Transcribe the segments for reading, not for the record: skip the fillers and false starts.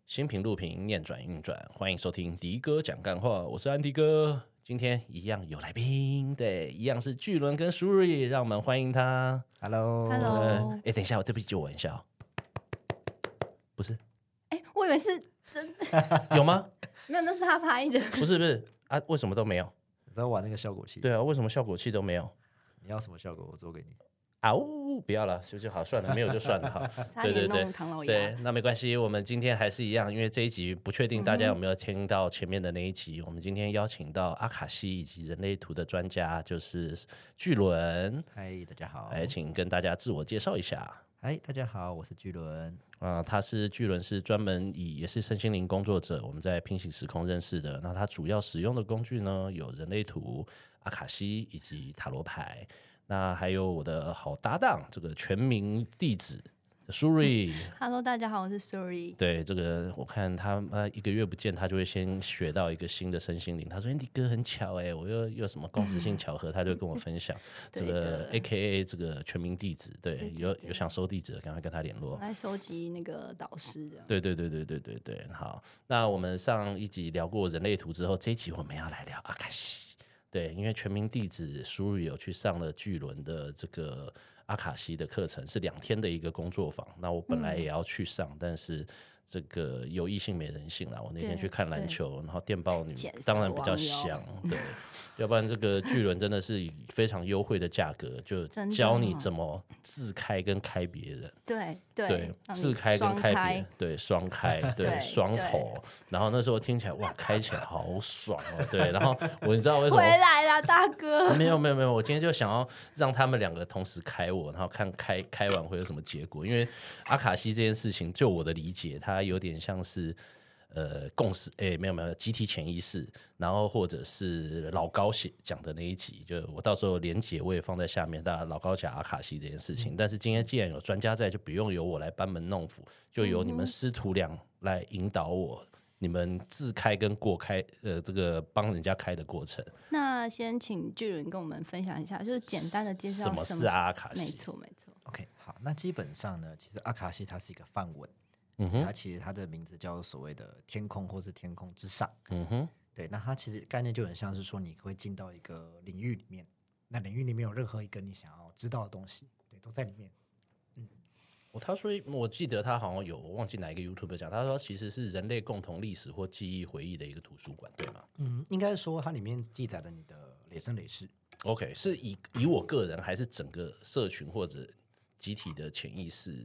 新平路平念转运转，欢迎收听迪哥讲干话，我是安迪哥。今天一样有来宾，对，一样是巨轮跟舒瑞，让我们欢迎他。 Hello， 等一下，对不起，借我一下哦。不是， 我以为是真的， 有吗？ 没有，那是他拍的。 不是啊，为什么都没有？ 你知道玩那个效果器？ 对啊，为什么效果器都没有？ 你要什么效果，我做给你。 啊呜，不要了，就好，算了，没有就算了哈。 差点弄唐老鸭。 对，那没关系，我们今天还是一样，因为这一集不确定大家有没有听到前面的那一集，我们今天邀请到阿卡西以及人类图的专家，就是巨轮。 嗨，大家好。 来，请跟大家自我介绍一下。 嗨，大家好，我是巨轮。 他是巨轮，是专门也是身心灵工作者，我们在平行时空认识的。那他主要使用的工具呢，有人类图、阿卡西以及塔罗牌。那还有我的好搭档，这个全民弟子苏瑞。 Hello， 大家好，我是 Suri。 对，这个我看他一个月不见，他就会先学到一个新的身心灵。他说：“你哥很巧我又有什么共识性巧合？”他就跟我分享这个 AKA 这个全民弟子。对，有想收弟子的，赶快跟他联络， 来收集那个导师的。 对。好，那我们上一集聊过人类图之后，这一集我们要来聊阿卡西。对，因为全民弟子苏瑞有去上了巨轮的这个阿卡西的课程，是2天的一个工作坊。那我本来也要去上，但是这个有异性没人性啦。我那天去看篮球，然后电报女当然比较香，对，要不然这个巨轮真的是以非常优惠的价格，就教你怎么自开跟开别人。 对， 自开跟开别人，对，双开，对，双头。然后那时候听起来哇，开起来好爽哦，对。然后你知道为什么回来啦，大哥？ 没有，我今天就想要让他们2个同时开我，然后看开完会有什么结果。因为阿卡西这件事情，就我的理解，它有点像是共识，没有集体潜意识，然后或者是老高讲的那一集，就我到时候连结我也放在下面，大家老高讲阿卡西这件事情。但是今天既然有专家在，就不用由我来班门弄斧，就由你们师徒俩来引导我。你们自开跟过开，这个帮人家开的过程。 那先请巨轮跟我们分享一下，就是简单的介绍什么是阿卡西。 没错。 OK， 好，那基本上呢，其实阿卡西它是一个梵文，它其实它的名字叫所谓的天空或是天空之上。对，那它其实概念就很像是说，你会进到一个领域里面，那领域里面有任何一个你想要知道的东西，对，都在里面。 他说，我记得他好像有，我忘记哪一个 YouTube 讲，他说其实是人类共同历史或记忆回忆的一个图书馆，对吗？ 应该说它里面记载了你的累生累世。 OK， 是以我个人还是整个社群或者集体的潜意识？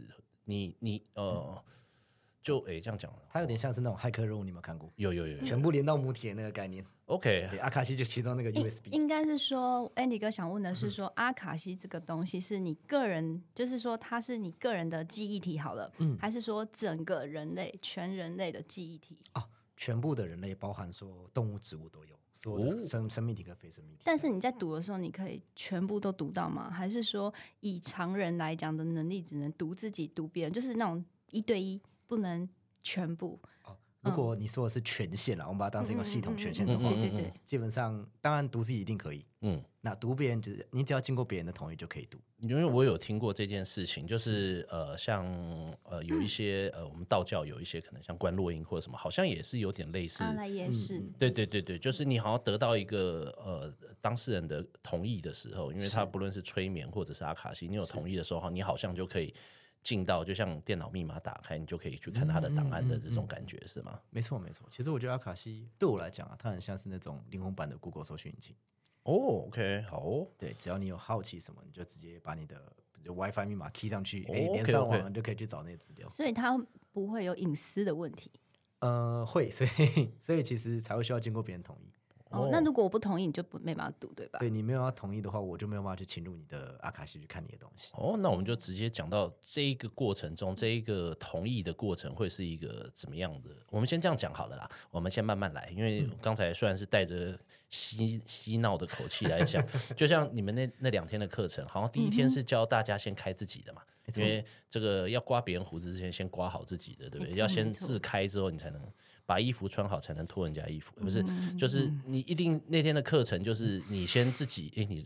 就这样讲， 它有点像是那种骇客任务，你有没有看过？ 有， 全部连到母体的那个概念。 OK， 阿卡西就其中那个 USB。 应该是说，Andy 哥想问的是说，阿卡西这个东西是你个人，就是说它是你个人的记忆体好了，还是说整个人类全人类的记忆体？ 全部的人类，包含说动物、植物都有，所有的生命体跟非生命体。 但是你在读的时候，你可以全部都读到吗？还是说以常人来讲的能力，只能读自己、读别人，就是那种1对1，不能全部？ 如果你说的是权限啦，我们把它当成一个系统权限的话， 对， 基本上当然读自己一定可以，那读别人就是你只要经过别人的同意就可以读。 因为我有听过这件事情，就是像有一些我们道教有一些可能像观落阴或者什么，好像也是有点类似。 阿赖耶识， 对，就是你好像得到一个当事人的同意的时候，因为他不论是催眠或者是阿卡西，你有同意的时候，你好像就可以进到，就像电脑密码打开，你就可以去看他的档案的这种感觉，是吗？ 没错。其实我觉得阿卡西对我来讲它很像是那种灵魂版的 Google 搜寻引擎。 OK， 好哦。 对，只要你有好奇什么，你就直接把你的WiFi 密码 key 上去，连上网，你就可以去找那些资料。 所以它不会有隐私的问题。 会，所以其实才会需要经过别人同意。 那如果我不同意，你就没办法读，对吧？ 对，你没有要同意的话，我就没有办法去侵入你的阿卡西去看你的东西。 那我们就直接讲到这一个过程中，这一个同意的过程会是一个怎么样的？我们先这样讲好了啦，我们先慢慢来，因为刚才虽然是带着嬉闹的口气来讲，就像你们那2天的课程，好像第1天是教大家先开自己的嘛，因为这个要刮别人胡子之前，先刮好自己的，对不对？要先自开之后，你才能把衣服穿好，才能脱人家衣服，不是？就是你一定那天的课程，就是你先自己，你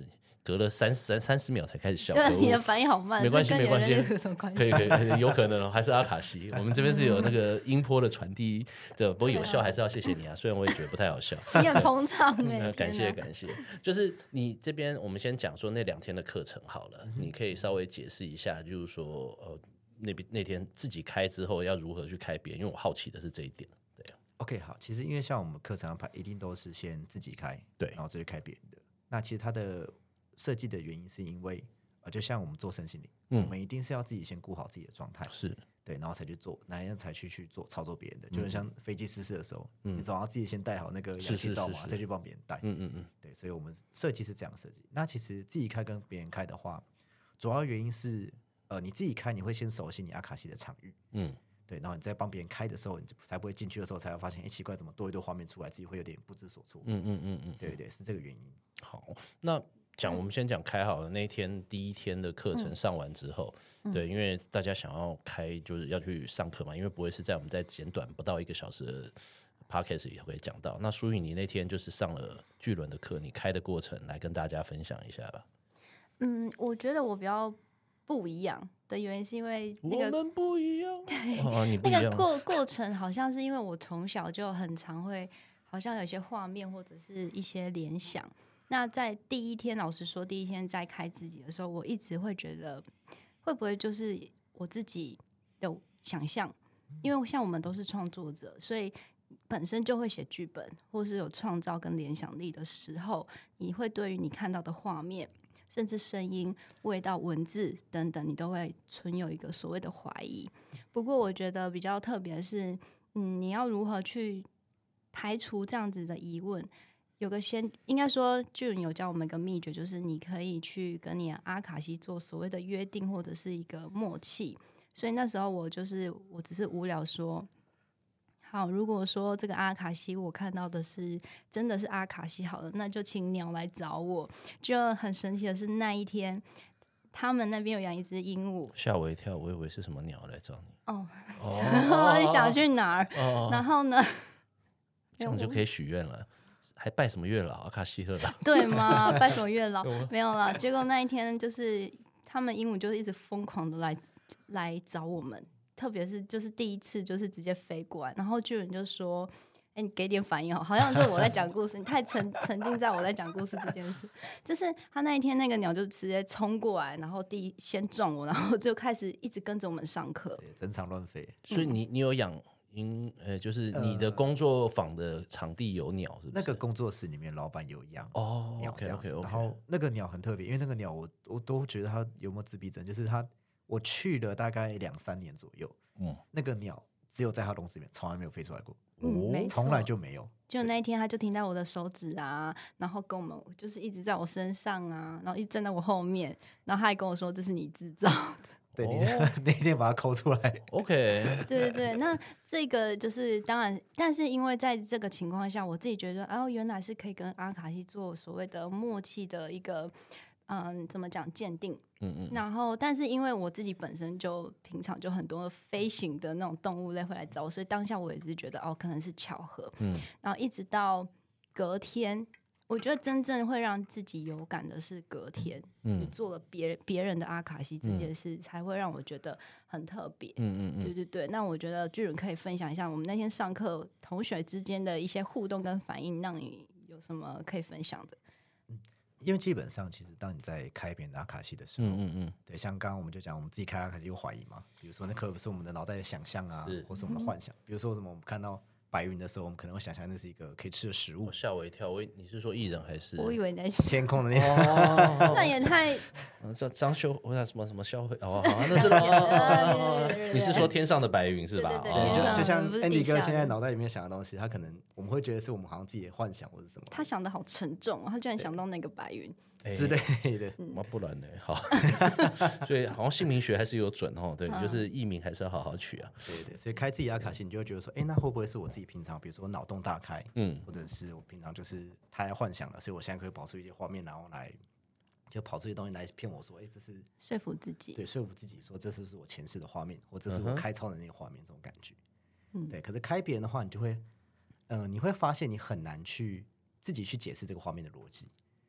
隔了30秒才开始笑。 对，你的反应好慢， 没关系，没关系， 有什么关系？ 可以，有可能哦，还是阿卡西。我们这边是有那个音波的传递，不过有效还是要谢谢你啊，虽然我也觉得不太好笑。 你很捧场哎， 感谢。就是你这边，我们先讲说那2天的课程好了，你可以稍微解释一下，就是说那天自己开之后要如何去开别人，因为我好奇的是这一点。对 ，OK， 好，其实因为像我们课程安排一定都是先自己开， 对， 然后再去开别人的。那其实它的设计的原因是因为就像我们做身心灵，我们一定是要自己先顾好自己的状态， 是对，然后才去做，哪样才去做操作别人的，就是像飞机失事的时候，你总要自己先带好那个氧气罩嘛，再去帮别人带。对，所以我们设计是这样设计。那其实自己开跟别人开的话，主要原因是你自己开你会先熟悉你阿卡西的场域，对，然后你在帮别人开的时候，你才不会进去的时候才会发现，奇怪，怎么多一堆画面出来，自己会有点不知所措。对，是这个原因。 好，那我们先讲开好了。那一天第一天的课程上完之后，对，因为大家想要开就是要去上课嘛，因为不会是我们在简短不到1个小时的 podcast 也会讲到。那淑宇，你那天就是上了巨轮的课，你开的过程来跟大家分享一下吧。 我觉得我比较不一样的原因是因为我们不一样， 对， 你不一样。 那个过程好像是因为我从小就很常会，好像有一些画面或者是一些联想。那在第一天，老实说，第一天在开自己的时候，我一直会觉得会不会就是我自己的想象，因为像我们都是创作者，所以本身就会写剧本，或是有创造跟联想力的时候，你会对于你看到的画面，甚至声音、味道、文字等等，你都会存有一个所谓的怀疑。不过我觉得比较特别的是，你要如何去排除这样子的疑问？有个应该说巨人有教我们一个秘诀，就是你可以去跟你的阿卡西做所谓的约定或者是一个默契。所以那时候我只是无聊说，好，如果说这个阿卡西我看到的是真的是阿卡西好了，那就请鸟来找我。就很神奇的是那一天他们那边有养一只鹦鹉， 吓我一跳，我以为是什么鸟来找你。 你想去哪儿？然后呢， 这样就可以许愿了。还拜什么月老？阿卡西赫老对吗？拜什么月老？没有啦。结果那一天就是他们鹦鹉就一直疯狂的来找我们，特别是就是第一次就是直接飞过来，然后巨人就说：“你给点反应好像就是我在讲故事，你太沉浸在我在讲故事这件事。”就是他那一天那个鸟就直接冲过来，然后先撞我，然后就开始一直跟着我们上课， 对，整场乱飞。 所以你有养？就是你的工作坊的场地有鸟，是不是？ 那个工作室里面老板有养鸟这样子， 然后那个鸟很特别，因为那个鸟我都觉得它有没有自闭症，就是我去了大概2-3年左右，那个鸟只有在它笼子里面，从来没有飞出来过，从来就没有。 就那一天，他就停在我的手指啊，然后跟我们就是一直在我身上啊，然后一直站在我后面，然后他还跟我说这是你制造的。 对，你那一天把它抠出来。 OK， 对，那这个就是当然，但是因为在这个情况下，我自己觉得，原来是可以跟阿卡西做所谓的默契的一个，怎么讲鉴定，然后但是因为我自己本身就平常就很多飞行的那种动物类会来找我，所以当下我也是觉得可能是巧合，然后一直到隔天。我觉得真正会让自己有感的是隔天，你做了别人的阿卡西这件事，才会让我觉得很特别。对。那我觉得巨人可以分享一下我们那天上课同学之间的一些互动跟反应，让你有什么可以分享的？ 因为基本上，其实当你在开别人的阿卡西的时候，对，像刚刚我们就讲，我们自己开阿卡西有怀疑嘛，比如说那可不是我们的脑袋的想象啊，或是我们的幻想，比如说什么我们看到白云的时候，我们可能会想象那是一个可以吃的食物。 吓我一跳！你是说艺人还是？ 我以为那是天空的那个。 那也太…… 张秀，我想什么肖慧？好，那是你是说天上的白云是吧？ 对，就像 Andy 哥现在脑袋里面想的东西，他可能我们会觉得是我们好像自己的幻想或者什么。 他想的好沉重，他居然想到那个白云之类的。 不然呢？好，所以好像姓名学还是有准哦。对，就是艺名还是要好好取啊。 对，所以开自己阿卡西，你就会觉得说，那会不会是我自己平常，比如说脑洞大开，或者是我平常就是太爱幻想了，所以我现在可以跑出一些画面，然后来就跑出一些东西来骗我说，这是说服自己， 对，说服自己说这是我前世的画面，或这是我开超能力的画面，这种感觉。对。可是开别人的话，你就会，你会发现你很难去自己去解释这个画面的逻辑。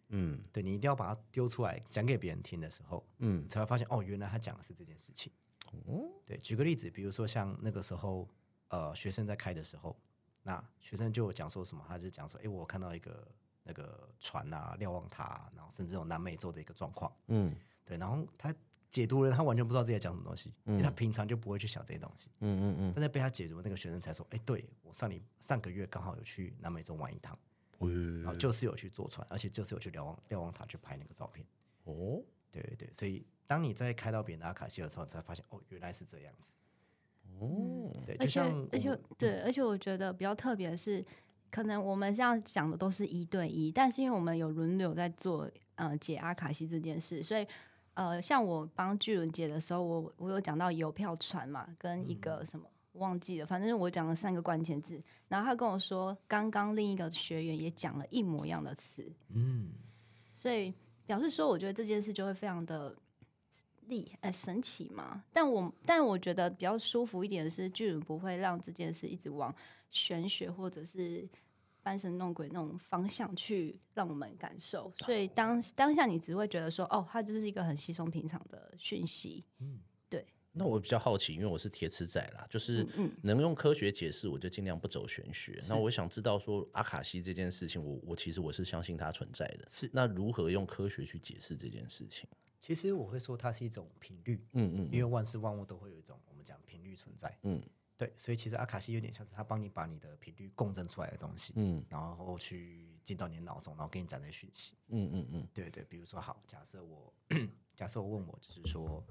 对你一定要把它丢出来讲给别人听的时候，才会发现哦，原来他讲的是这件事情。对，举个例子，比如说像那个时候，学生在开的时候，那学生就讲说什么，他就讲说，我看到一个那个船啊，瞭望塔，然后甚至有南美洲的一个状况，对，然后他解读人他完全不知道自己在讲什么东西，因为他平常就不会去想这些东西，但是被他解读那个学生才说，对我上个月刚好有去南美洲玩一趟，然后就是有去坐船，而且就是有去瞭望塔去拍那个照片。对对对，所以当你在开到别人的阿卡西的时候，你才发现原来是这样子。对，就像而且我觉得比较特别的是，可能我们这样讲的都是1对1，但是因为我们有轮流在做解阿卡西这件事，所以像我帮巨轮解的时候，我有讲到邮票船嘛，跟一个什么忘记了，反正我讲了3个关键字，然后他跟我说，刚刚另一个学员也讲了一模一样的词，所以表示说，我觉得这件事就会非常的神奇嘛。但我觉得比较舒服一点的是，巨轮不会让这件事一直往玄学或者是搬神弄鬼那种方向去让我们感受，所以当下你只会觉得说，它就是一个很稀松平常的讯息。对。 那我比较好奇，因为我是铁齿仔啦，就是能用科学解释，我就尽量不走玄学。那我想知道说阿卡西这件事情，我其实我是相信它存在的。是，那如何用科学去解释这件事情？ 其实我会说它是一种频率，因为万事万物都会有一种我们讲频率存在，对，所以其实阿卡西有点像是它帮你把你的频率共振出来的东西，然后去进到你的脑中，然后给你展开讯息，对对，比如说好，假设我问我就是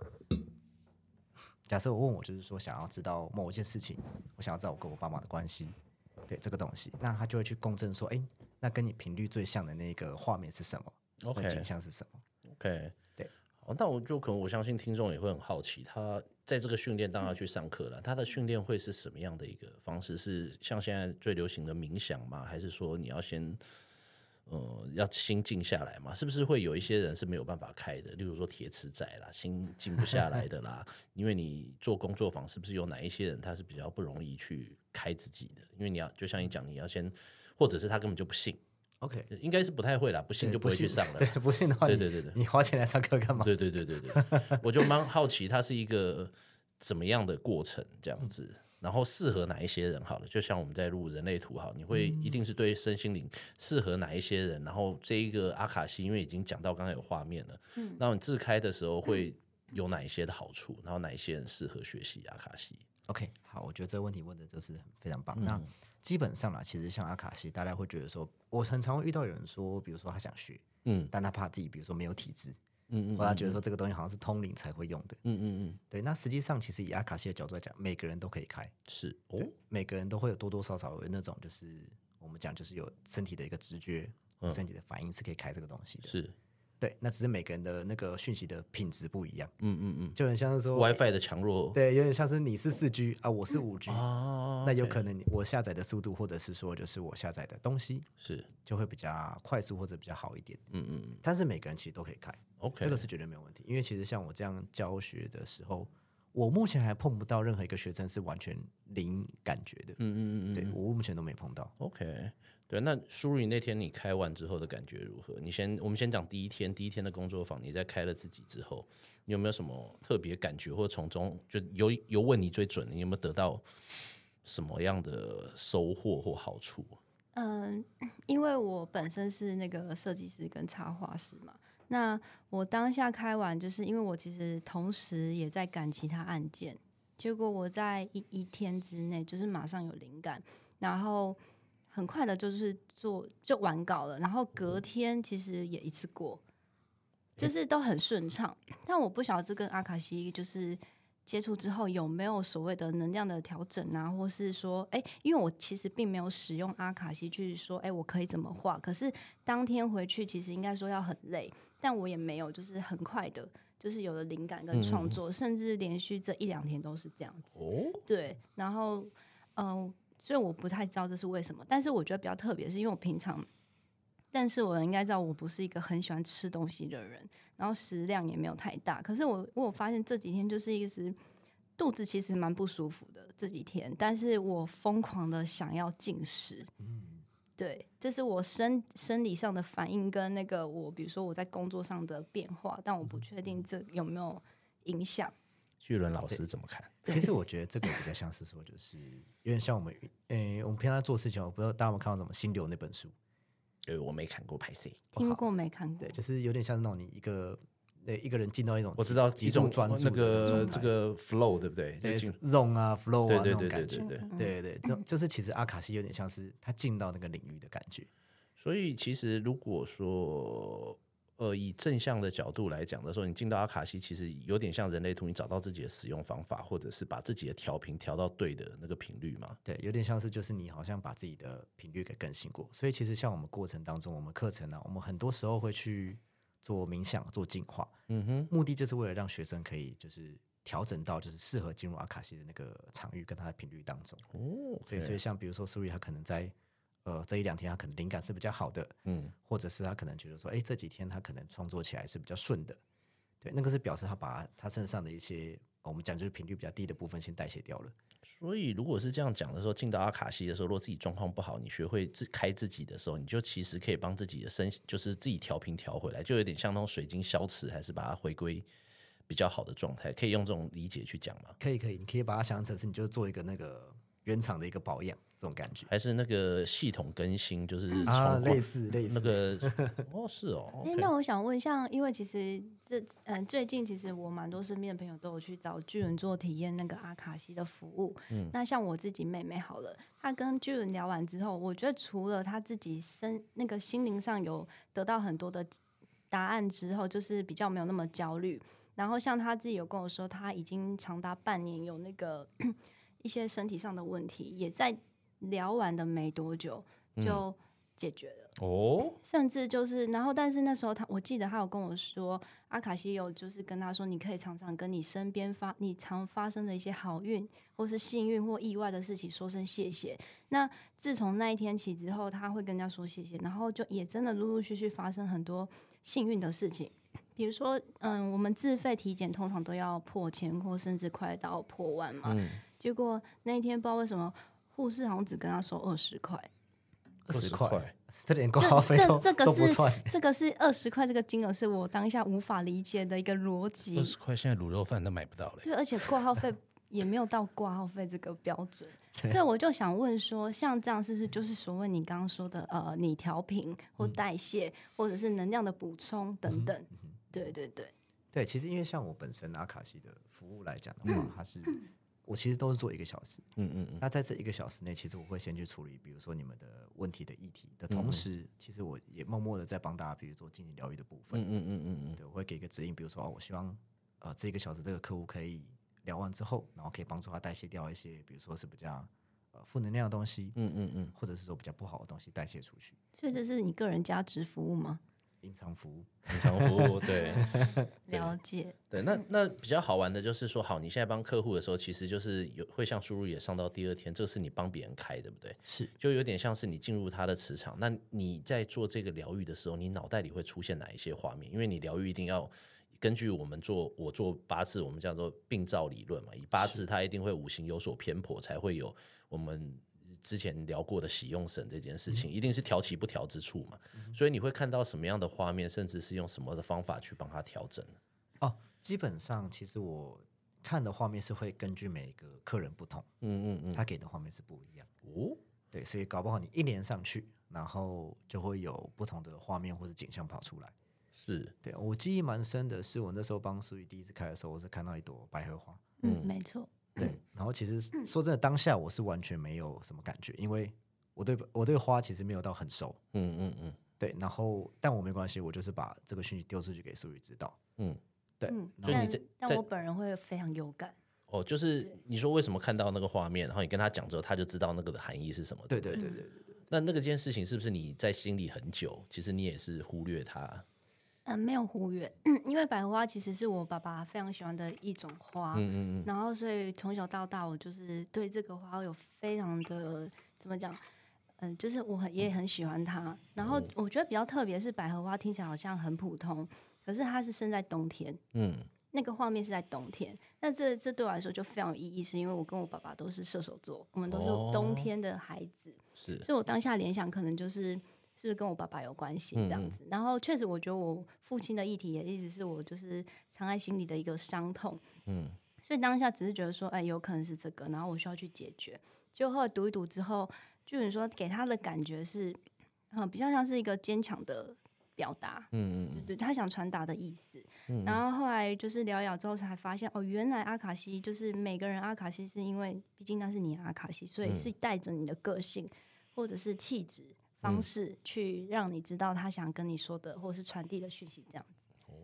说想要知道某一件事情，我想要知道我跟我爸妈的关系，对这个东西，那他就会去共振说，那跟你频率最像的那个画面是什么？那景象是什么 ？OK， 对。那我就可能我相信听众也会很好奇，他在这个训练当然要去上课了，他的训练会是什么样的一个方式？是像现在最流行的冥想吗？还是说你要要心静下来嘛？是不是会有一些人是没有办法开的？例如说铁齿仔啦，心静不下来的啦，因为你做工作坊，是不是有哪一些人他是比较不容易去开自己的？因为你要就像你讲，你要先，或者是他根本就不信。 OK， 应该是不太会啦，不信就不会去上了。 对，不信的话，对，你花钱来上课干嘛？ 对，我就蛮好奇，它是一个怎么样的过程这样子，然后适合哪一些人好了。就像我们在录人类图好，你会一定是对身心灵适合哪一些人，然后这一个阿卡西，因为已经讲到刚刚有画面了，那你自开的时候会有哪一些的好处，然后哪一些人适合学习阿卡西 ？OK， 好，我觉得这个问题问的就是非常棒。那基本上啦，其实像阿卡西，大家会觉得说，我很常会遇到有人说，比如说他想学，但他怕自己，比如说没有体质，或他觉得说这个东西好像是通灵才会用的，对。那实际上，其实以阿卡西的角度来讲，每个人都可以开， 是每个人都会有多多少少有那种，就是我们讲就是有身体的一个直觉，身体的反应是可以开这个东西的， 是。 对，那只是每个人的那个讯息的品质不一样，就很像是说 WiFi 的强弱， 对，有点像是你是4G 啊，我是5G，那有可能我下载的速度，或者是说就是我下载的东西是就会比较快速或者比较好一点，但是每个人其实都可以开，OK， 这个是绝对没有问题，因为其实像我这样教学的时候，我目前还碰不到任何一个学生是完全零感觉的，对我目前都没碰到 ，OK。对，那舒如你那天你开完之后的感觉如何？我们先讲第一天的工作坊，你在开了自己之后，你有没有什么特别感觉，或者从中就有问你最准，你有没有得到什么样的收获或好处？ 因为我本身是那个设计师跟插画师嘛，那我当下开完，就是因为我其实同时也在赶其他案件，结果我在一天之内就是马上有灵感，然后很快的就完稿了，然后隔天其实也一次过，就是都很顺畅。但我不晓得这跟阿卡西就是接触之后有没有所谓的能量的调整啊，或是说，因为我其实并没有使用阿卡西去说，我可以怎么画。可是当天回去其实应该说要很累，但我也没有，就是很快的，就是有了灵感跟创作，甚至连续这1-2天都是这样子。对，然后所以我不太知道这是为什么，但是我觉得比较特别，是因为我平常，但是我应该知道我不是一个很喜欢吃东西的人，然后食量也没有太大。可是我有发现这几天就是一直肚子其实蛮不舒服的这几天，但是我疯狂的想要进食， 对，这是我生理上的反应跟那个我比如说我在工作上的变化，但我不确定这有没有影响。 巨伦老师怎么看？ 其实我觉得这个比较像是说，就是有点像我们平常做事情，我不知道大家有没有看到什么《心流》那本书？ 我没看过，拍摄听过没看过？ 对，就是有点像那种你一个人进到一种我知道极度专注的这个 flow 对不对？ 对 zone 啊 flow 啊对那种感觉， 对， 就是其实阿卡西有点像是他进到那个领域的感觉。 所以其实如果说以正向的角度来讲的时候，你进到阿卡西，其实有点像人类图，你找到自己的使用方法，或者是把自己的调频调到对的那个频率嘛。 对，有点像是就是你好像把自己的频率给更新过。所以其实像我们过程当中，我们课程啊，我们很多时候会去做冥想、做净化，目的就是为了让学生可以就是调整到就是适合进入阿卡西的那个场域跟他的频率当中。对，所以像比如说苏瑞，他可能在这一两天他可能灵感是比较好的，或者是他可能觉得说，这几天他可能创作起来是比较顺的，对，那个是表示他把他身上的一些我们讲就是频率比较低的部分先代谢掉了。 所以如果是这样讲的时候，进到阿卡西的时候，如果自己状况不好，你学会开自己的时候，你就其实可以帮自己的就是自己调频调回来，就有点像那种水晶消磁，还是把它回归比较好的状态，可以用这种理解去讲吗？ 可以，你可以把它想成是你就做一个那个原厂的一个保养这种感觉， 还是那个系统更新，就是类似那个是哦。 那我想问，像因为其实最近其实我蛮多身边的朋友都有去找巨人做体验那个阿卡西的服务。那像我自己妹妹好了，她跟巨人聊完之后，我觉得除了她自己那个心灵上有得到很多的答案之后，就是比较没有那么焦虑。然后像她自己有跟我说，她已经长达半年有那个一些身体上的问题，也在聊完的没多久就解决了。甚至就是，然后但是那时候我记得他有跟我说，阿卡西有就是跟他说，你可以常常跟你身边你常发生的一些好运或是幸运或意外的事情说声谢谢。那自从那一天起之后，他会跟人家说谢谢，然后就也真的陆陆续续发生很多幸运的事情。比如说，我们自费体检通常都要破千或甚至快到破万嘛。结果那一天不知道为什么护士好像只跟他收20块 ，20块，这连挂号费都不算。 这个是20块，这个金额是我当下无法理解的一个逻辑。 20块现在卤肉饭都买不到了。 对，而且挂号费也没有到挂号费这个标准，所以我就想问说，像这样是不是就是所谓你刚刚说的你调频或代谢，或者是能量的补充等等？对， 其实因为像我本身阿卡西的服务来讲的话，它是我其实都是做1个小时。那在这1个小时内，其实我会先去处理，比如说你们的问题的议题的同时，其实我也默默的在帮大家，比如说进行疗愈的部分。对，我会给一个指引，比如说我希望这1个小时这个客户可以聊完之后，然后可以帮助他代谢掉一些，比如说是比较负能量的东西，或者是说比较不好的东西代谢出去。 所以这是你个人加值服务吗？ 隐藏服务， 对， 了解。 对，那比较好玩的就是说，好，你现在帮客户的时候，其实就是会像输入也上到第2天，这是你帮别人开，对不对？ 是， 就有点像是你进入他的磁场。那你在做这个疗愈的时候，你脑袋里会出现哪一些画面？因为你疗愈一定要根据我做八字，我们叫做病灶理论嘛，以八字它一定会五行有所偏颇，才会有我们之前聊过的喜用神这件事情，一定是调其不调之处嘛。所以你会看到什么样的画面，甚至是用什么的方法去帮他调整？ 基本上其实我看的画面是会根据每个客人不同，他给的画面是不一样。对，所以搞不好你一连上去，然后就会有不同的画面或者景象跑出来。 是， 对，我记忆蛮深的是，我那时候帮苏雨第一次开的时候，我是看到一朵百合花。 没错。 对，然后其实说真的，当下我是完全没有什么感觉，因为我对花其实没有到很熟。对，然后但我没关系，我就是把这个讯息丢出去给苏雨知道。对， 但我本人会非常有感。 就是你说为什么看到那个画面，然后你跟他讲之后，他就知道那个的含义是什么？ 对。 那个件事情是不是你在心里很久，其实你也是忽略它？ 没有忽略，因为百合花其实是我爸爸非常喜欢的一种花，然后所以从小到大我就是对这个花有非常的怎么讲，就是我也很喜欢它。然后我觉得比较特别是百合花听起来好像很普通，可是它是生在冬天，那个画面是在冬天，那这对我来说就非常有意义，是因为我跟我爸爸都是射手座，我们都是冬天的孩子。 是， 所以我当下联想可能就是是不是跟我爸爸有关系这样子。然后确实，我觉得我父亲的议题也一直是我就是藏在心里的一个伤痛。所以当下只是觉得说，哎，有可能是这个，然后我需要去解决。结果后来读一读之后，就是说给他的感觉是，比较像是一个坚强的表达，对，他想传达的意思。然后后来就是聊一聊之后才发现，哦，原来阿卡西就是每个人阿卡西是因为毕竟那是你的阿卡西，所以是带着你的个性或者是气质方式去让你知道他想跟你说的或是传递的讯息这样子。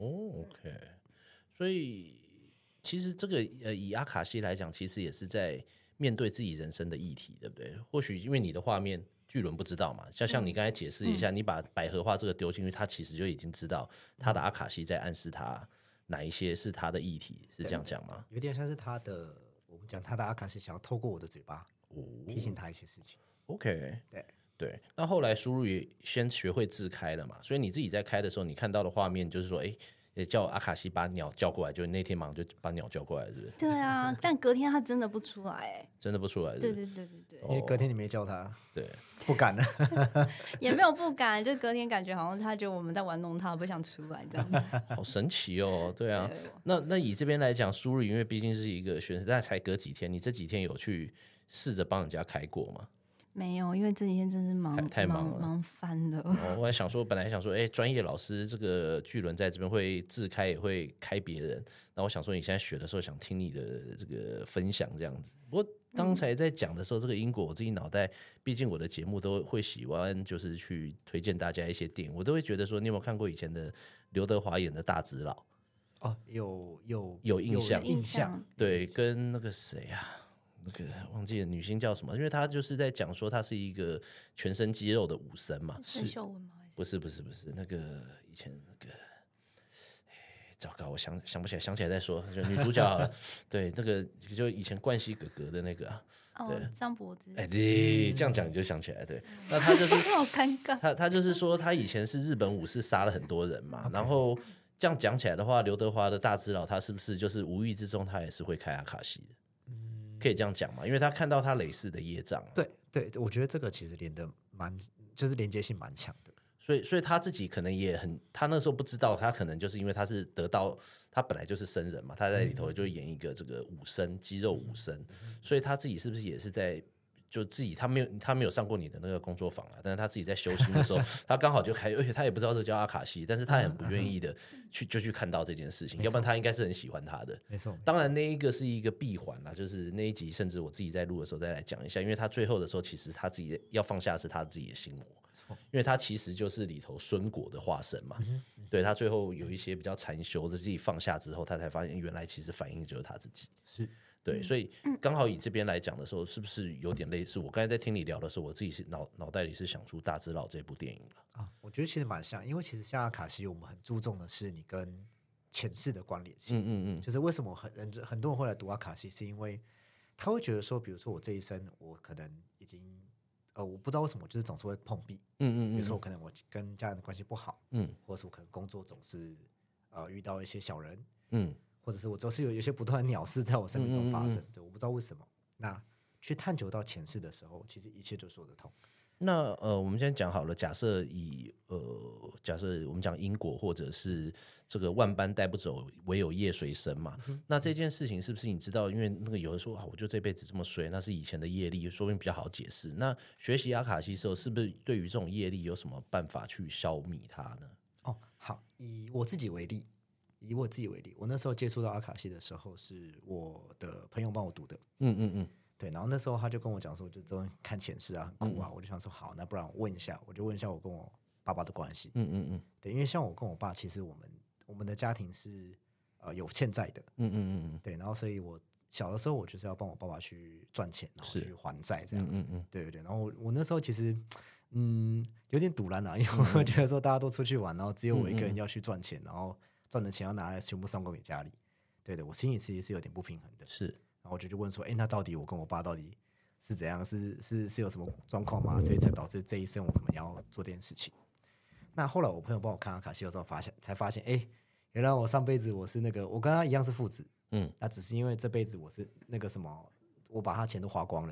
OK， 所以其实这个以阿卡西来讲，其实也是在面对自己人生的议题，对不对？或许因为你的画面巨轮不知道嘛，像你刚才解释一下，你把百合花这个丢进去，他其实就已经知道他的阿卡西在暗示他哪一些是他的议题，是这样讲吗？ 有点像是他的，我们讲他的阿卡西想要透过我的嘴巴提醒他一些事情。 OK， 对， 那后来输入也先学会自开了嘛，所以你自己在开的时候，你看到的画面就是说，也叫阿卡西把鸟叫过来，就那天马上就把鸟叫过来，是不是？ 对啊，但隔天他真的不出来，哎， 真的不出来是不是？ 对， 因为隔天你没叫他， 对， 不敢了。 也没有不敢，就隔天感觉好像他觉得我们在玩弄他，不想出来这样子。 好神奇哦，对啊。 对那以这边来讲，输入因为毕竟是一个学生，但才隔几天，你这几天有去试着帮人家开过吗？ 没有，因为这几天真是太忙了， 忙翻了。 我还想说，本来想说，专业老师这个巨轮在这边会自开，也会开别人。那我想说，你现在学的时候，想听你的这个分享这样子。不过刚才在讲的时候，这个因果，我自己脑袋，毕竟我的节目都会喜欢，就是去推荐大家一些电影，我都会觉得说，你有没有看过以前的刘德华演的大智老？ 哦， 有印象， 对，跟那个谁啊？那个忘记了女星叫什么，因为她就是在讲说她是一个全身肌肉的武僧嘛。 是秀文吗？ 不是，那个以前那个，糟糕，我想不起来，想起来再说。就女主角好了，对，那个就以前冠希哥哥的那个张柏芝。 对，这样讲你就想起来，对，那他就是好尴尬。 他就是说他以前是日本武士，杀了很多人嘛，然后这样讲起来的话，刘德华的大智老他是不是就是无意之中他也是会开阿卡西的？可以这样讲嘛？因为他看到他累世的业障。 对，我觉得这个其实就是连接性蛮强的。 所以他自己可能也很，他那时候不知道，他可能就是因为他是得到，他本来就是僧人嘛，他在里头就演一个这个武僧，肌肉武僧，所以他自己是不是也是在就自己他没有上过你的那个工作坊啊，但是他自己在修行的时候，他刚好就而且他也不知道这叫阿卡西，但是他很不愿意的去看到这件事情，要不然他应该是很喜欢他的。 没错， 当然那一个是一个闭环啦，就是那一集甚至我自己在录的时候再来讲一下，因为他最后的时候其实他自己要放下是他自己的心魔。因为他其实就是里头孙果的化身嘛，对，他最后有一些比较禅修的自己放下之后，他才发现原来其实反应就是他自己， 是对，所以刚好以这边来讲的时候，是不是有点类似？我刚才在听你聊的时候，我自己是脑袋里是想出大智老这部电影了啊，我觉得其实蛮像，因为其实像阿卡西，我们很注重的是你跟前世的关联性，就是为什么很多人会来读阿卡西，是因为他会觉得说，比如说我这一生我可能已经。我不知道为什么，就是总是会碰壁。比如说，可能我跟家人的关系不好，或者是我可能工作总是遇到一些小人，或者是我总是有一些不断的鸟事在我生命中发生，对，我不知道为什么。那去探究到前世的时候，其实一切就说得通。 那我们现在讲好了，假设我们讲因果，或者是这个万般带不走，唯有业随身嘛。那这件事情是不是你知道？因为那个有人说我就这辈子这么衰，那是以前的业力，说不定比较好解释。那学习阿卡西的时候，是不是对于这种业力有什么办法去消弭它呢？ 哦，好，以我自己为例，我那时候接触到阿卡西的时候，是我的朋友帮我读的。对，然后那时候他就跟我讲说，就这种看前世啊，很酷啊，我就想说好，那不然我问一下我跟我爸爸的关系。对，因为像我跟我爸，其实我们的家庭是有欠债的。对，然后所以我小的时候我就是要帮我爸爸去赚钱，然后去还债这样子。对，然后我那时候其实有点赌烂啊，因为我觉得说大家都出去玩，然后只有我一个人要去赚钱，然后赚的钱要拿来全部送给家里。对的，我心里其实是有点不平衡的。 是。 然后我就问说，那到底我跟我爸到底是怎样？是有什么状况吗？所以才导致这一生我可能要做这件事情。那后来我朋友帮我看阿卡西的时候，才发现，原来我上辈子我是我跟他一样是父子，那只是因为这辈子我是那个什么，我把他钱都花光了，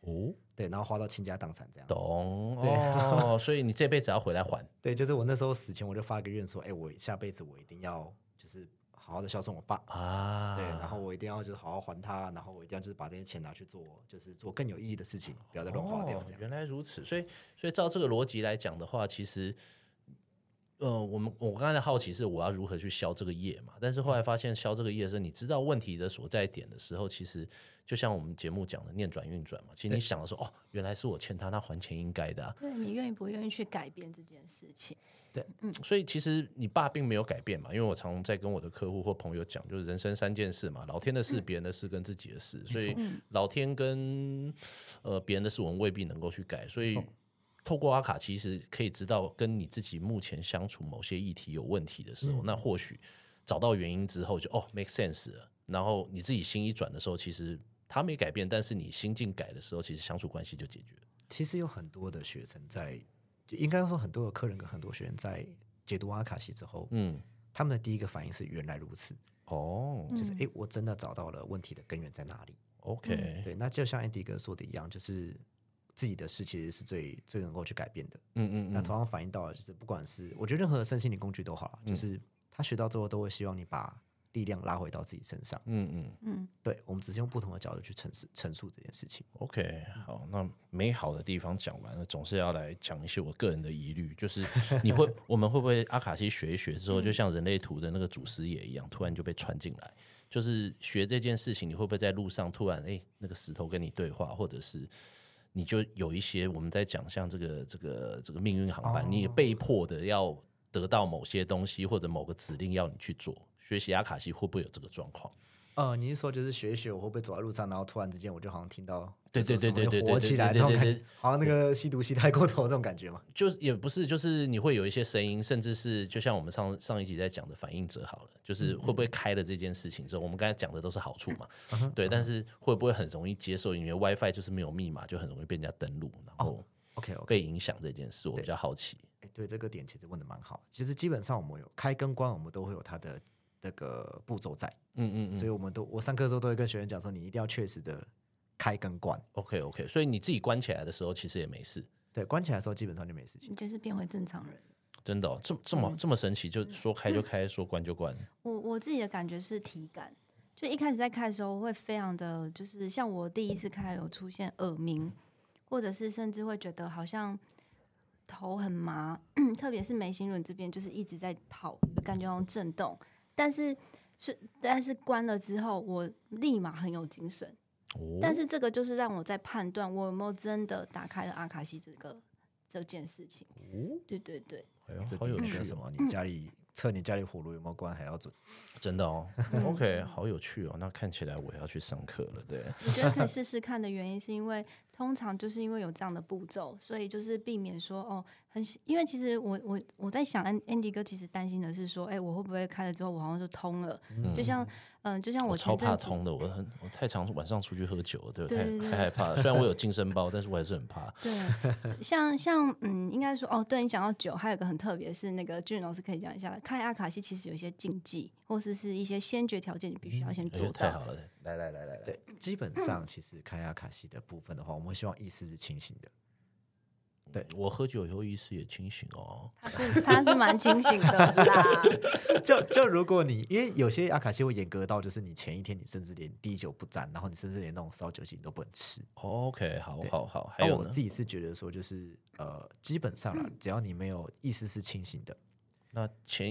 哦， 对，然后花到倾家荡产这样子。 懂哦，所以你这辈子要回来还。 对，就是我那时候死前我就发个愿说，我下辈子我一定要就是好好的孝顺我爸啊， 对，然后我一定要就是好好还他，然后我一定要就是把这些钱拿去做，就是做更有意义的事情，不要再乱花掉这样。 原来如此，所以照这个逻辑来讲的话，其实。我刚才的好奇是我要如何去消这个业嘛？但是后来发现消这个业是你知道问题的所在点的时候，其实就像我们节目讲的念转运转嘛。其实你想的说，哦，原来是我欠他，他还钱应该的啊。 对，你愿意不愿意去改变这件事情？ 对， 所以其实你爸并没有改变嘛，因为我常在跟我的客户或朋友讲，就是人生3件事嘛，老天的事、别人的事跟自己的事。所以老天跟别人的事，我们未必能够去改，所以。透过阿卡其实可以知道跟你自己目前相处某些议题有问题的时候，那或许找到原因之后就make sense 了。然后你自己心一转的时候，其实他没改变，但是你心境改的时候，其实相处关系就解决了。 其实有很多的学生在，应该说很多的客人跟很多学员在解读阿卡西之后，他们的第一个反应是原来如此，就是我真的找到了问题的根源在哪里。 OK， 对，那就像 Andy 哥说的一样，就是自己的事其实是最能够去改变的。那同样反映到的就是不管是我觉得任何的身心灵工具都好，就是他学到之后都会希望你把力量拉回到自己身上。对，我们只是用不同的角度去陈述这件事情。 OK， 好，那美好的地方讲完了，总是要来讲一些我个人的疑虑，就是我们会不会阿卡西学一学之后，就像人类图的那个祖师爷一样，突然就被传进来？就是学这件事情，你会不会在路上突然那个石头跟你对话，或者是？你就有一些我们在讲像这个命运航班，你被迫的要得到某些东西或者某个指令要你去做。学习阿卡西会不会有这个状况？ 你是说就是学一学，我会不会走在路上，然后突然之间我就好像听到对火起来这种感觉，好像那个吸毒吸太过头这种感觉吗？ 就也不是，就是你会有一些声音，甚至是就像我们上一集在讲的反应者好了，就是会不会开了这件事情之后，我们刚才讲的都是好处嘛，对，但是会不会很容易接受？因为 WiFi 就是没有密码，就很容易被人家登录，然后被影响这件事，我比较好奇。 对这个点其实问的蛮好，其实基本上我们有开跟关，我们都会有它的这个步骤在，所以我上课的时候都会跟学员讲说，你一定要确实的开跟关。 OK， 所以你自己关起来的时候，其实也没事。 对，关起来的时候基本上就没事情。 你就是变回正常人。 真的这么神奇，就说开就开，说关就关。 我自己的感觉是体感，就一开始在开的时候会非常的，就是像我第一次开有出现耳鸣，或者是甚至会觉得好像头很麻，特别是眉心轮这边就是一直在跑，感觉那种震动。但是关了之后，我立马很有精神。但是这个就是让我在判断我有没有真的打开了阿卡西这件事情。对， 好有趣什么？你家里测你家里火炉有没有关还要准？ 真的哦，OK， 好有趣哦。那看起来我要去上课了，对。 我觉得可以试试看的原因是因为通常就是因为有这样的步骤，所以就是避免说因为其实我在想 Andy 哥其实担心的是说，我会不会开了之后我好像就通了，就像我超怕通的，我太常晚上出去喝酒了，对，太害怕了。虽然我有净身包，但是我还是很怕。 对，像应该说对你讲到酒，还有一个很特别是那个俊老师可以讲一下，开阿卡西其实有一些禁忌，或是一些先决条件，你必须要先做到。 太好了，来， 对，基本上其实开阿卡西的部分的话，我们会希望意识是清醒的。对， 我喝酒以后意识也清醒哦。 他是蛮清醒的啦。 就如果你因为有些阿卡西会严格到，就是你前一天你甚至连滴酒不沾，然后你甚至连那种烧酒精都不能吃。 OK， 好。还有我自己是觉得说，就是基本上啦，只要你没有意识是清醒的。 那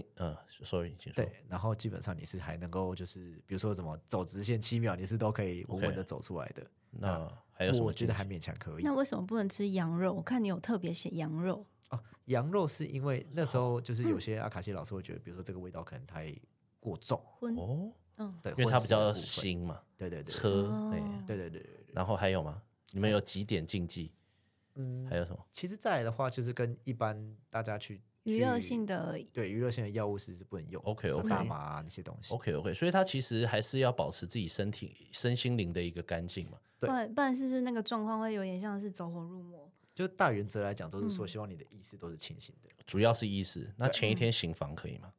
sorry， 请说。 对，然后基本上你是还能够就是比如说怎么走直线7秒，你是都可以稳稳的走出来的。 那还有什么？ 我觉得还勉强可以。 那为什么不能吃羊肉？我看你有特别写羊肉。 羊肉是因为那时候就是有些阿卡西老师会觉得，比如说这个味道可能太过重对， 因为它比较腥嘛。 对， 对。然后还有吗？你们有几点禁忌？还有什么？ 其实再来的话，就是跟一般大家去娱乐性的药物是不能用。 OK， 大麻那些东西。 OK， 所以它其实还是要保持自己身心灵的一个干净嘛。 不然是不是那个状况会有点像是走火入魔？ 就大原则来讲，都是说希望你的意识都是清醒的， 主要是意识。那前一天行房可以吗？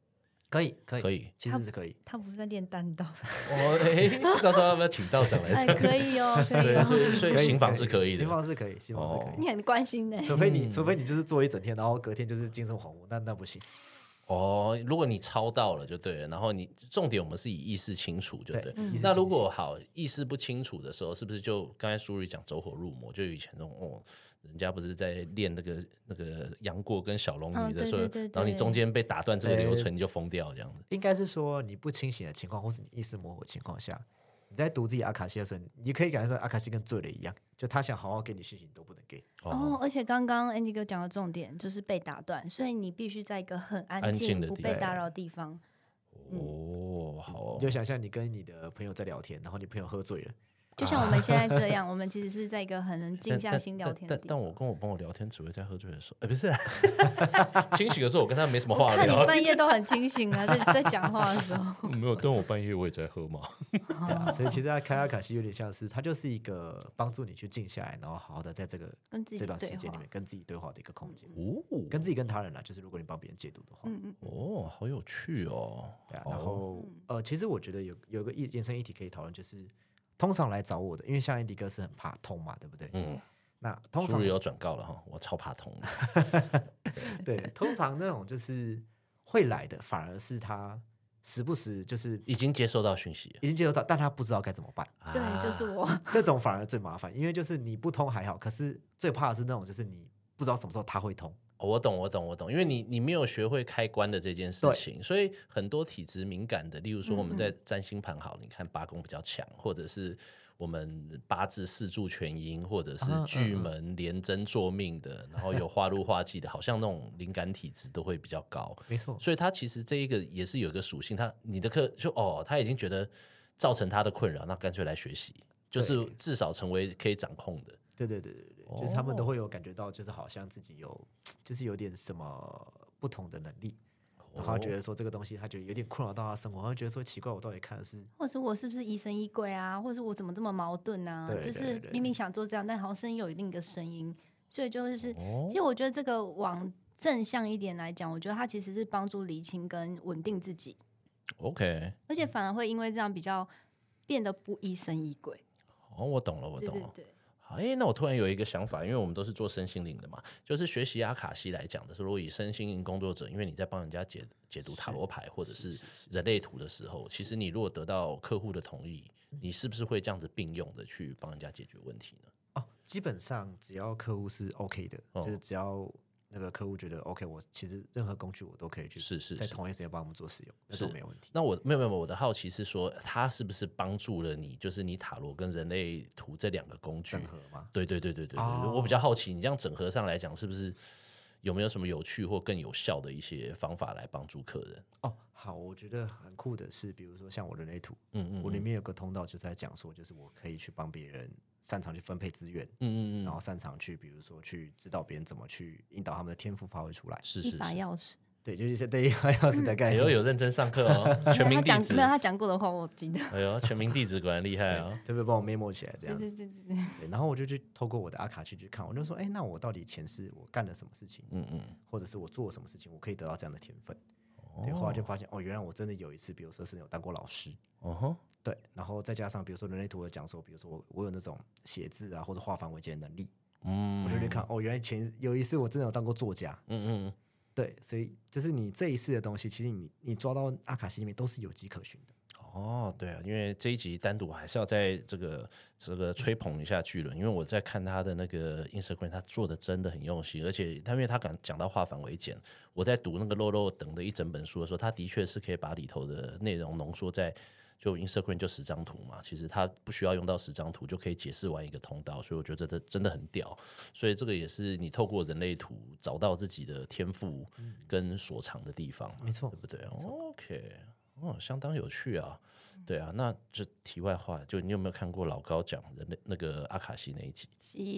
可以可以可以， 其实是可以。 他不是在练弹道， 到时候要不要请道长来上？ 可以哦，可以对， 哦。 所以刑房是可以的， 刑房是可以，刑房是可以。 你很关心的， 除非你就是做一整天，然后隔天就是精神恍惚，那不行。 如果你抄到了就对了，然后你重点我们是以意识清楚就对。那如果好意识不清楚的时候，是不是就刚才苏瑞讲走火入魔？就以前那种人家不是在练那个杨过跟小龙女的时候，然后你中间被打断这个流程，你就疯掉这样子。 应该是说你不清醒的情况，或是你意识模糊的情况下，你在读自己阿卡西的时候，你可以感觉到阿卡西跟醉了一样，就他想好好给你讯息，你都不能给。 而且刚刚 Andy 哥讲的重点就是被打断，所以你必须在一个很安静、不被打扰的地方。 好你就想象你跟你的朋友在聊天，然后你朋友喝醉了。 就像我们现在这样，我们其实是在一个很能静下心聊天的地方。 但我跟我朋友聊天，只会在喝醉的时候，不是清醒的时候，我跟他没什么话聊。 看你半夜都很清醒啊，在讲话的时候。 没有，但我半夜我也在喝嘛。 对啊，所以其实开阿卡西有点像是，它就是一个帮助你去静下来，然后好好的在这段时间里面跟自己对话的一个空间。跟自己跟他人就是如果你帮别人解读的话。 好有趣哦。 对啊，然后其实我觉得有个延伸议题可以讨论，就是通常来找我的，因为像 Andy 哥是很怕痛嘛，对不对？那通常有转告了哈，我超怕痛的。 对，通常那种就是会来的，反而是他时不时就是已经接收到讯息了， 已经接收到，但他不知道该怎么办。 对，就是我这种反而最麻烦，因为就是你不通还好，可是最怕的是那种就是你不知道什么时候他会通。 我懂，因为你没有学会开关的这件事情，所以很多体质敏感的，例如说我们在占星盘好，你看八宫比较强，或者是我们八字四柱全阴，或者是巨门连针坐命的，然后有化禄化忌的，好像那种灵感体质都会比较高。 没错， 所以他其实这一个也是有一个属性，你的课就他已经觉得造成他的困扰，那干脆来学习，就是至少成为可以掌控的。 对，就是他们都会有感觉到，就是好像自己就是有点什么不同的能力，然后觉得说这个东西，他觉得有点困扰到他生活，他会觉得说奇怪，我到底看的是， 或者是我是不是疑神疑鬼啊，或者是我怎么这么矛盾啊？就是明明想做这样，但好像声音有另一个声音，所以就是，其实我觉得这个往正向一点来讲，我觉得它其实是帮助理清跟稳定自己。 OK， 而且反而会因为这样比较变得不疑神疑鬼。 我懂了。 对。 好，那我突然有一个想法，因为我们都是做身心灵的嘛，就是学习阿卡西来讲的是，如果以身心灵工作者，因为你在帮人家解读塔罗牌或者是人类图的时候，其实你如果得到客户的同意，你是不是会这样子并用的去帮人家解决问题呢？ 基本上只要客户是 OK 的，就是只要那个客户觉得 OK， 我其实任何工具我都可以去在同一时间帮他们做使用，那都没有问题。 那我没有，我的好奇是说，他是不是帮助了你，就是你塔罗跟人类图这两个工具整合吗？ 对，我比较好奇，你这样整合上来讲，是不是有没有什么有趣或更有效的一些方法来帮助客人？ 好，我觉得很酷的是，比如说像我人类图，我里面有个通道就在讲说，就是我可以去帮别人擅长去分配资源，然后擅长去比如说去指导别人怎么去引导他们的天赋发挥出来， 是一把钥匙， 对，就是对一把钥匙的概念。 有认真上课哦，全民弟子， 没有他讲过的话我记得。 哎呦，全民弟子果然厉害哦， 特别帮我 memo 起来这样子。 对， 然后我就去透过我的阿卡去看，我就说，那我到底前世我干了什么事情，或者是我做了什么事情，我可以得到这样的天分。对，后来就发现原来我真的有一次，比如说是有当过老师，对，然后再加上比如说人类图的讲说，比如说我有那种写字啊或者化繁为简的能力，我就去看原来有一次我真的有当过作家，对，所以就是你这一世的东西，其实你抓到阿卡西里面都是有迹可循的。 对啊，因为这一集单独还是要在这个吹捧一下巨轮，因为我在看他的那个 Instagram， 他做的真的很用心，而且因为他敢讲到化繁为简，我在读那个肉肉等的一整本书的时候，他的确是可以把里头的内容浓缩在就 Instagram 就10张图嘛，其实他不需要用到10张图就可以解释完一个通道，所以我觉得这真的很屌，所以这个也是你透过人类图找到自己的天赋跟所长的地方， 没错， 对不对 ？OK。相当有趣啊，对啊，那就题外话，就你有没有看过老高讲的那个阿卡西那一集？ 蜥蜴人，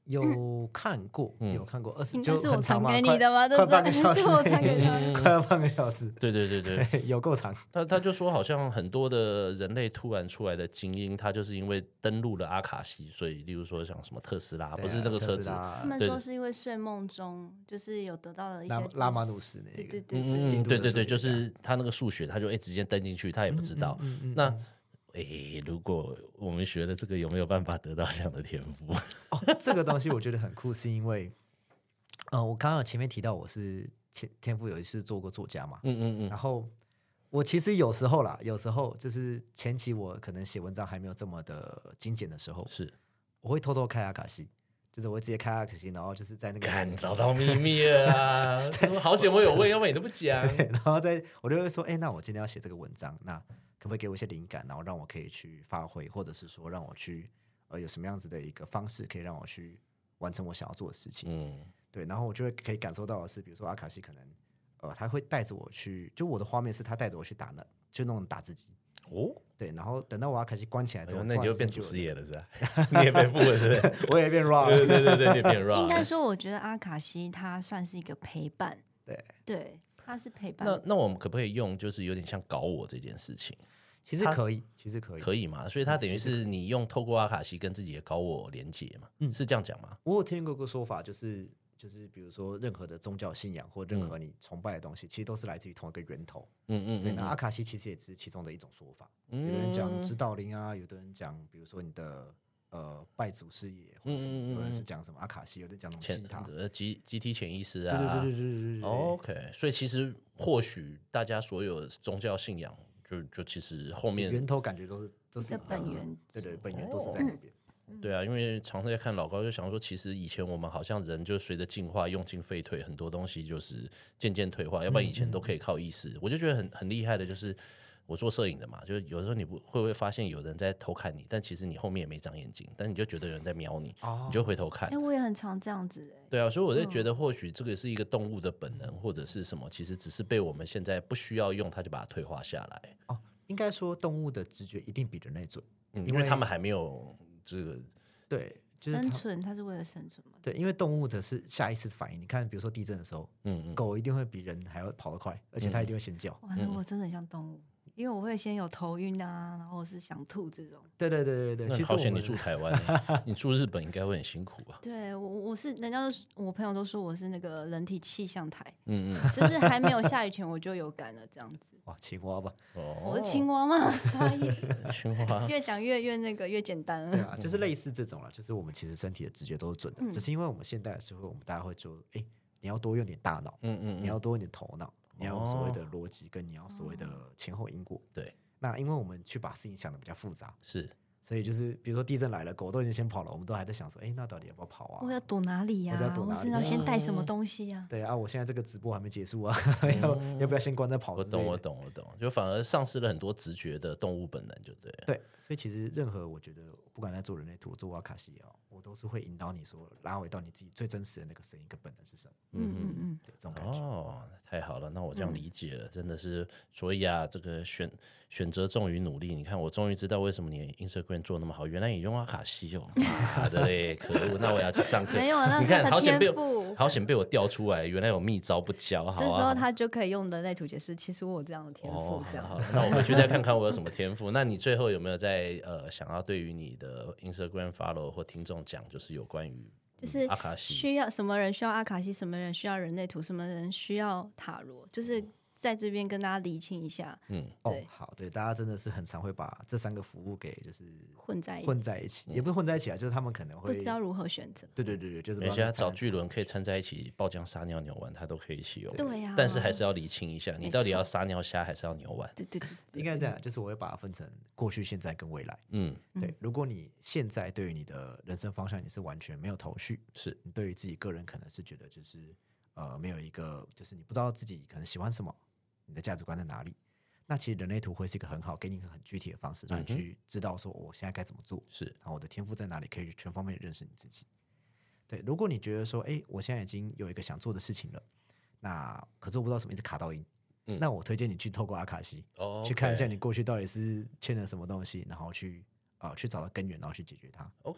有看过，有看过20， 应该就是很长嘛， 我传给你的吗？对快不对？ 半个小时， 就我传给他。 快要半个小时， 对对对对， 对，有够长。 他就说，好像很多的人类突然出来的精英，他就是因为登陆了阿卡西，所以例如说像什么特斯拉，不是那个车子， 他们说是因为睡梦中就是有得到了一些拉马努斯那个， 对，就是他那个数学，他就直接登进去，他也不知道。那如果我们学了这个，有没有办法得到这样的天赋？ 这个东西我觉得很酷，是因为我刚刚前面提到我是天赋有一次做过作家嘛，然后我其实有时候就是前期我可能写文章还没有这么的精简的时候， 是我会偷偷开阿卡西，就是我会直接开阿卡西，然后就是在那个找到秘密了啊！好险我有问，要不然你都不讲。 然后我就会说，那我今天要写这个文章，那可不可以给我一些灵感，然后让我可以去发挥，或者是说让我去有什么样子的一个方式，可以让我去完成我想要做的事情。对，然后我就会可以感受到的是，比如说阿卡西可能他会带着我去，就我的画面是他带着我去打就那种打字机。对，然后等到我阿卡西关起来之后， 那你就变祖师爷了是吧？你也被附了是不是？ 我也变 raw 了，对，你变 raw。 应该说，我觉得阿卡西它算是一个陪伴，对，它是陪伴。 那我们可不可以用就是有点像搞我这件事情？ 其实可以，可以嘛？所以它等于是你透过阿卡西跟自己的高我连接嘛？是这样讲吗？ 我有听过个说法，就是比如说任何的宗教信仰或任何你崇拜的东西，其实都是来自于同一个源头。对，那阿卡西其实也只是其中的一种说法。有的人讲指导灵啊，有的人讲比如说你的拜祖师爷，或者是有人是讲什么阿卡西，有的讲什么西塔集体潜意识啊。 对。 OK， 所以其实或许大家所有的宗教信仰，就其实后面源头感觉都是本源， 对，本源都是在那边。 对啊，因为常常在看老高，就想说，其实以前我们好像人就随着进化用进废退，很多东西就是渐渐退化，要不然以前都可以靠意识。我就觉得很厉害的，就是我做摄影的嘛，就是有时候你会不会发现有人在偷看你，但其实你后面也没长眼睛，但你就觉得有人在瞄你，你就回头看。 我也很常这样子。 对啊，所以我在觉得或许这个是一个动物的本能，或者是什么，其实只是被我们现在不需要用，它就把它退化下来。 应该说动物的直觉一定比人类准， 因为他们还没有这个。 对，就是生存，它是为了生存嘛？ 对，因为动物的是下意识反应。你看，比如说地震的时候，狗一定会比人还要跑得快，而且它一定会先叫。 哇，那我真的很像动物，因为我会先有头晕啊，然后是想吐这种。 对。其实好险你住台湾，你住日本应该会很辛苦吧？ 对，我是人家我朋友都说我是那个人体气象台，就是还没有下雨前我就有感了这样子。 哇，青蛙吧？ 我是青蛙吗？啥意思？ 青蛙越讲越那个越简单了。 对啊，就是类似这种了，就是我们其实身体的直觉都是准的，只是因为我们现代的时候，我们大家会说，你要多用点大脑，你要多用点头脑，你要有所谓的逻辑，跟你要所谓的前后因果。 对， 那因为我们去把事情想的比较复杂， 是。 所以就是比如说地震来了，狗都已经先跑了，我们都还在想说，那到底要不要跑啊？ 我要躲哪里呀？我是要先带什么东西呀？ 对啊，我现在这个直播还没结束啊，要不要先关再跑？ 我懂，就反而丧失了很多直觉的动物本能，就对。 对，所以其实任何我觉得，不管在做人类图、做阿卡西也好，我都是会引导你说，拉回到你自己最真实的那个声音跟本能是什么。对，这种感觉。 太好了，那我这样理解了，真的是，所以啊，这个选择重于努力。你看，我终于知道为什么你 Instagram 做那么好，原来你用阿卡西哦，妈的嘞，可恶！那我要去上课。 没有啊， 你看，好险被我调出来，原来有秘招不教。好啊， 这时候他就可以用人类图解释，其实我有这样的天赋。这样， 好，那我回去再看看我有什么天赋。那你最后有没有在想要对于你的 Instagram follow 或听众讲，就是有关于？ 就是阿卡西需要什么人需要阿卡西，什么人需要人类图，什么人需要塔罗，就是在这边跟大家厘清一下。对， 好，对，大家真的是很常会把这3个服务给就是混在一起， 也不是混在一起啊，就是他们可能会不知道如何选择。 对，就是而且他找巨轮可以掺在一起，爆浆撒尿牛丸他都可以一起用。 对呀， 但是还是要厘清一下，你到底要撒尿虾还是要牛丸？ 对， 应该这样，就是我会把它分成过去、现在跟未来。对，如果你现在对于你的人生方向你是完全没有头绪， 是你对于自己个人可能是觉得就是没有一个，就是你不知道自己可能喜欢什么，你的价值观在哪里。那其实人类图会是一个很好给你一个很具体的方式，让你去知道说我现在该怎么做， 是， 然后我的天赋在哪里，可以全方面认识你自己。对，如果你觉得说，我现在已经有一个想做的事情了，那可是我不知道什么一直卡到音，那我推荐你去透过阿卡西，去看一下你过去到底是欠了什么东西，然后去找到根源，然后去解决它。 OK，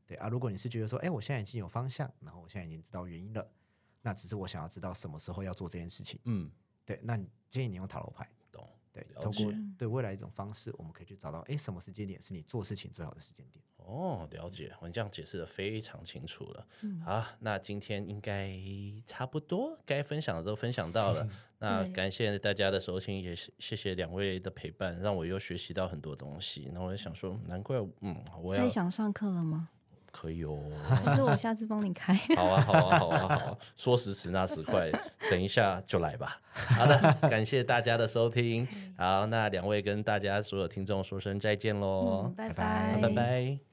对啊，如果你是觉得说，哎，我现在已经有方向，然后我现在已经知道原因了，那只是我想要知道什么时候要做这件事情，对，那建议你用塔罗牌， 懂， 对，透过对未来一种方式，我们可以去找到，哎，什么时间点是你做事情最好的时间点。 哦，了解，你这样解释的非常清楚了。好，那今天应该差不多，该分享的都分享到了。那感谢大家的收听，也谢谢2位的陪伴，让我又学习到很多东西。那我就想说，难怪，我要所以想上课了吗？ 可以哦， 还是我下次帮你开？ 好啊，说时迟那时快，等一下就来吧。好的，感谢大家的收听。好，那2位跟大家所有听众说声再见喽， 拜拜， 拜拜。